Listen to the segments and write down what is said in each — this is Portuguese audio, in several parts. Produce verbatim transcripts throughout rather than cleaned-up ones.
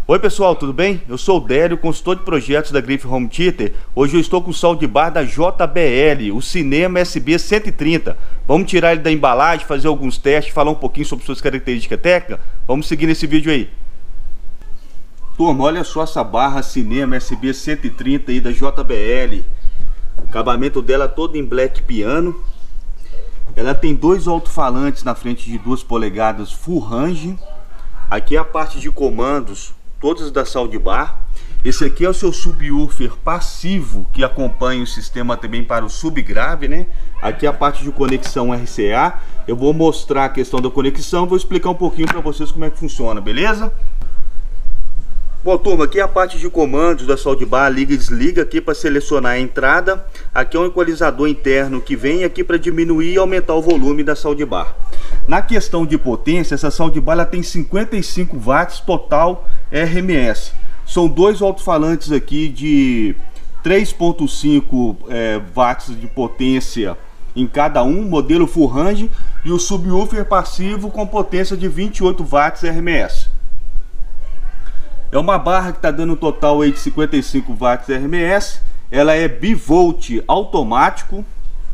Oi pessoal, tudo bem? Eu sou o Délio, consultor de projetos da Grife Home Theater. Hoje eu estou com o soundbar da J B L, o Cinema S B cento e trinta. Vamos tirar ele da embalagem, fazer alguns testes, falar um pouquinho sobre suas características técnicas? Vamos seguir nesse vídeo aí. Turma, olha só essa barra Cinema S B cento e trinta aí da J B L. O acabamento dela todo em black piano. Ela tem dois alto-falantes na frente de duas polegadas full range. Aqui é a parte de comandos, todas da soundbar. Esse aqui é o seu subwoofer passivo que acompanha o sistema também para o subgrave, né? Aqui é a parte de conexão R C A. Eu vou mostrar a questão da conexão, vou explicar um pouquinho para vocês como é que funciona, beleza? Bom, turma, aqui é a parte de comandos da soundbar, liga e desliga aqui para selecionar a entrada. Aqui é um equalizador interno que vem aqui para diminuir e aumentar o volume da soundbar. Na questão de potência, essa soundbar ela tem cinquenta e cinco watts total R M S. São dois alto-falantes aqui de três ponto cinco é, watts de potência em cada um, modelo full range, e o subwoofer passivo com potência de vinte e oito watts R M S. É uma barra que está dando um total aí de cinquenta e cinco watts R M S. Ela é bivolt automático.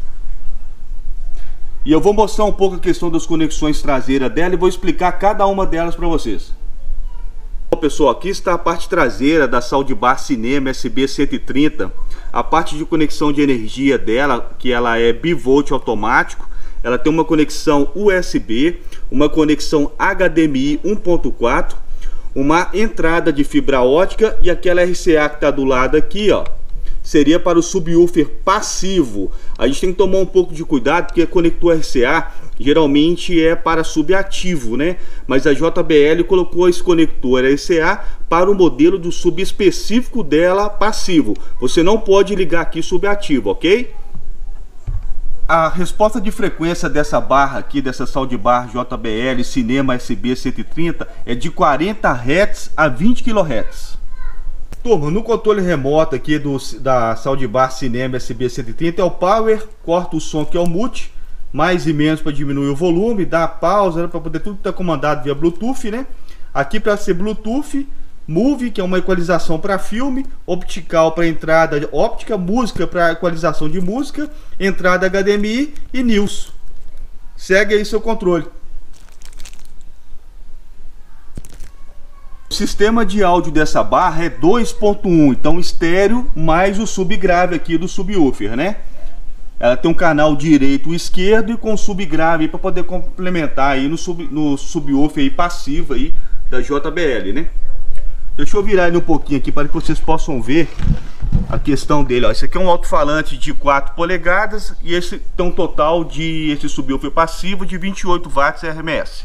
E eu vou mostrar um pouco a questão das conexões traseiras dela e vou explicar cada uma delas para vocês. Bom, pessoal, aqui está a parte traseira da soundbar Cinema S B cento e trinta. A parte de conexão de energia dela, que ela é bivolt automático. Ela tem uma conexão U S B, uma conexão H D M I um ponto quatro, uma entrada de fibra ótica, e aquela R C A que está do lado aqui, ó, seria para o subwoofer passivo. A gente tem que tomar um pouco de cuidado, porque conector R C A geralmente é para subativo, né? Mas a J B L colocou esse conector R C A para o modelo do sub específico dela passivo. Você não pode ligar aqui subativo, ok? A resposta de frequência dessa barra aqui, dessa soundbar J B L Cinema S B cento e trinta, é de quarenta hertz a vinte quilohertz. Turma, no controle remoto aqui do, da soundbar Cinema S B cento e trinta é o power, corta o som que é o mute, mais e menos para diminuir o volume, dá pausa, né, para poder tudo estar comandado via Bluetooth, né? Aqui para ser Bluetooth, Move, que é uma equalização para filme, optical para entrada óptica, música para equalização de música, entrada H D M I e News. Segue aí seu controle. O sistema de áudio dessa barra é dois ponto um, então estéreo mais o subgrave aqui do subwoofer, né? Ela tem um canal direito e esquerdo e com subgrave para poder complementar aí no, sub, no subwoofer aí passivo aí da J B L, né? Deixa eu virar ele um pouquinho aqui para que vocês possam ver a questão dele. Ó, esse aqui é um alto-falante de quatro polegadas e esse tem um total de esse subwoofer passivo de vinte e oito watts R M S.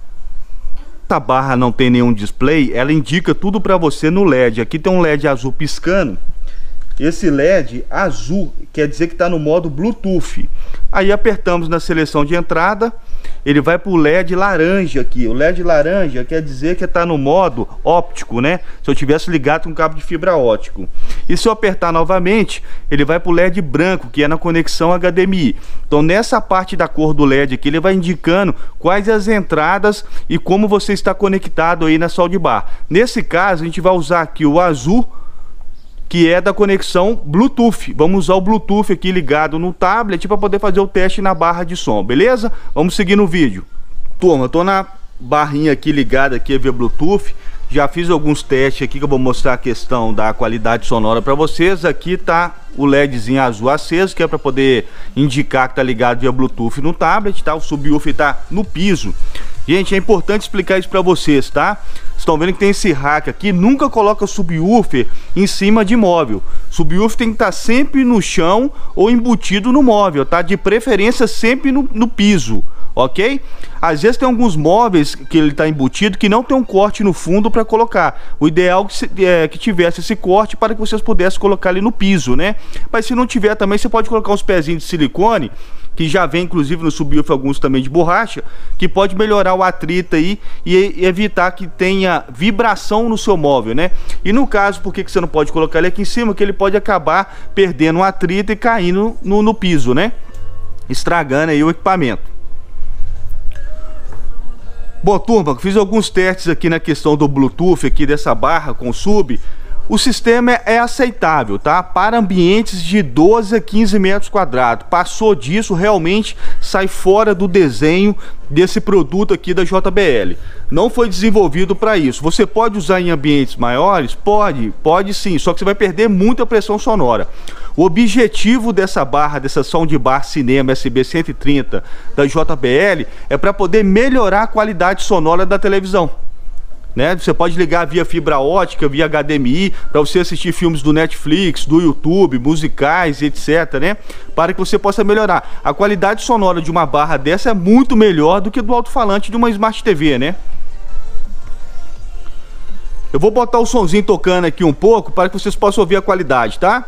Essa barra não tem nenhum display, ela indica tudo para você no L E D. Aqui tem um L E D azul piscando. Esse L E D azul quer dizer que está no modo Bluetooth. Aí apertamos na seleção de entrada, ele vai para o L E D laranja aqui. O L E D laranja quer dizer que está no modo óptico, né? Se eu tivesse ligado com um cabo de fibra óptico. E se eu apertar novamente, ele vai para o L E D branco, que é na conexão H D M I. Então nessa parte da cor do L E D aqui, ele vai indicando quais as entradas e como você está conectado aí na soundbar. Nesse caso, a gente vai usar aqui o azul, que é da conexão Bluetooth. Vamos usar o Bluetooth aqui ligado no tablet para poder fazer o teste na barra de som, beleza? Vamos seguir no vídeo. Turma, eu tô na barrinha aqui ligada aqui via Bluetooth. Já fiz alguns testes aqui que eu vou mostrar a questão da qualidade sonora para vocês. Aqui tá o LEDzinho azul aceso, que é para poder indicar que tá ligado via Bluetooth no tablet, tá? O subwoofer tá no piso. Gente, é importante explicar isso para vocês, tá? Estão vendo que tem esse rack aqui, nunca coloca subwoofer em cima de móvel. Subwoofer tem que estar sempre no chão ou embutido no móvel, tá? De preferência sempre no, no piso, ok? Às vezes tem alguns móveis que ele está embutido que não tem um corte no fundo para colocar. O ideal é que tivesse esse corte para que vocês pudessem colocar ali no piso, né? Mas se não tiver também, você pode colocar uns pezinhos de silicone, que já vem inclusive no subwoofer alguns também de borracha, que pode melhorar o atrito aí e evitar que tenha vibração no seu móvel, né? E no caso, por que que você não pode colocar ele aqui em cima? Que ele pode acabar perdendo o atrito e caindo no, no piso, né? Estragando aí o equipamento. Bom, turma, fiz alguns testes aqui na questão do Bluetooth aqui dessa barra com sub. O sistema é aceitável, tá? Para ambientes de doze a quinze metros quadrados. Passou disso, realmente sai fora do desenho desse produto aqui da J B L. Não foi desenvolvido para isso. Você pode usar em ambientes maiores? Pode, pode sim, só que você vai perder muita pressão sonora. O objetivo dessa barra, dessa soundbar Cinema S B cento e trinta da J B L é para poder melhorar a qualidade sonora da televisão. Né? Você pode ligar via fibra ótica, via H D M I, para você assistir filmes do Netflix, do YouTube, musicais, etcétera, né? Para que você possa melhorar. A qualidade sonora de uma barra dessa é muito melhor do que do alto-falante de uma Smart T V, né? Eu vou botar o sonzinho tocando aqui um pouco para que vocês possam ouvir a qualidade, tá?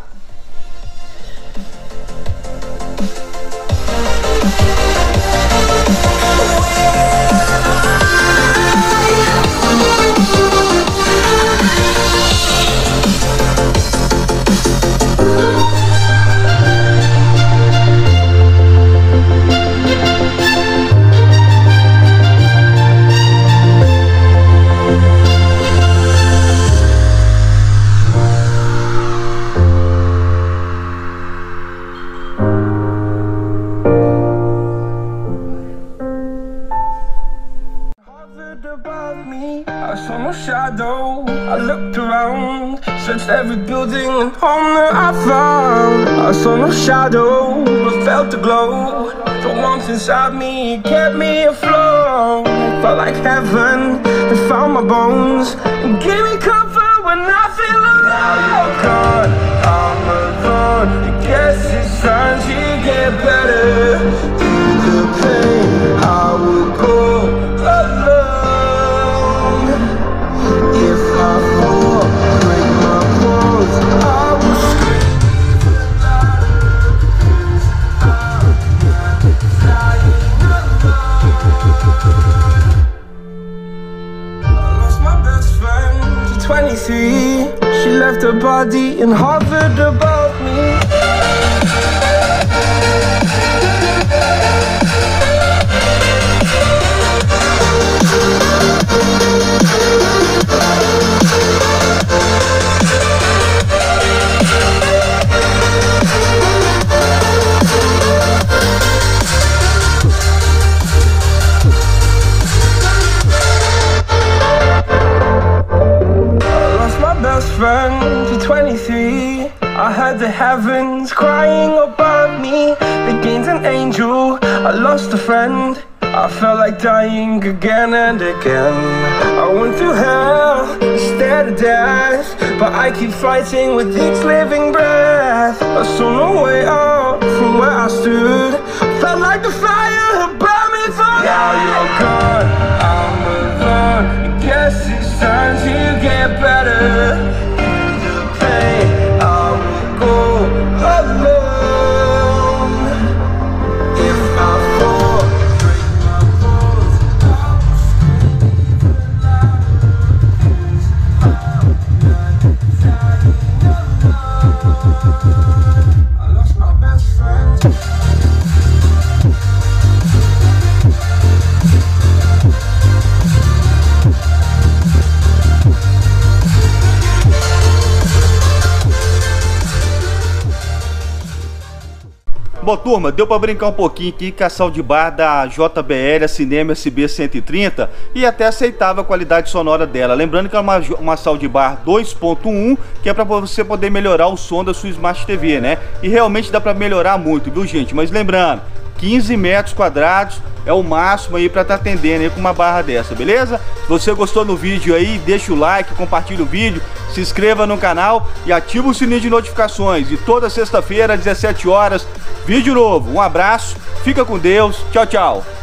Shadow, I looked around, searched every building and home that I found. I saw no shadow, but felt the glow. The warmth inside me kept me afloat. Felt like heaven, it found my bones and gave me comfort when I feel alone. Now you're gone, I'm alone. I guess it's time to get better. Through the pain, I will go alone. twenty-three, she left her body and hovered above me. To twenty-three, I heard the heavens crying above me. They gained an angel, I lost a friend. I felt like dying again and again. I went through hell, stared at death, but I keep fighting with each living breath. I saw no way out from where I stood. Felt like the fire had burned me through. Now you're gone, I'm alone. I guess it's time to get better. Bom, turma, deu para brincar um pouquinho aqui com a soundbar da J B L, a Cinema S B cento e trinta, e até aceitável a qualidade sonora dela. Lembrando que é uma, uma soundbar dois ponto um, que é para você poder melhorar o som da sua Smart T V, né? E realmente dá para melhorar muito, viu, gente? Mas lembrando, quinze metros quadrados é o máximo aí para estar tá atendendo aí com uma barra dessa, beleza? Se você gostou do vídeo aí, deixa o like, compartilha o vídeo, se inscreva no canal e ativa o sininho de notificações. E toda sexta-feira, às dezessete horas, vídeo novo. Um abraço, fica com Deus, tchau, tchau.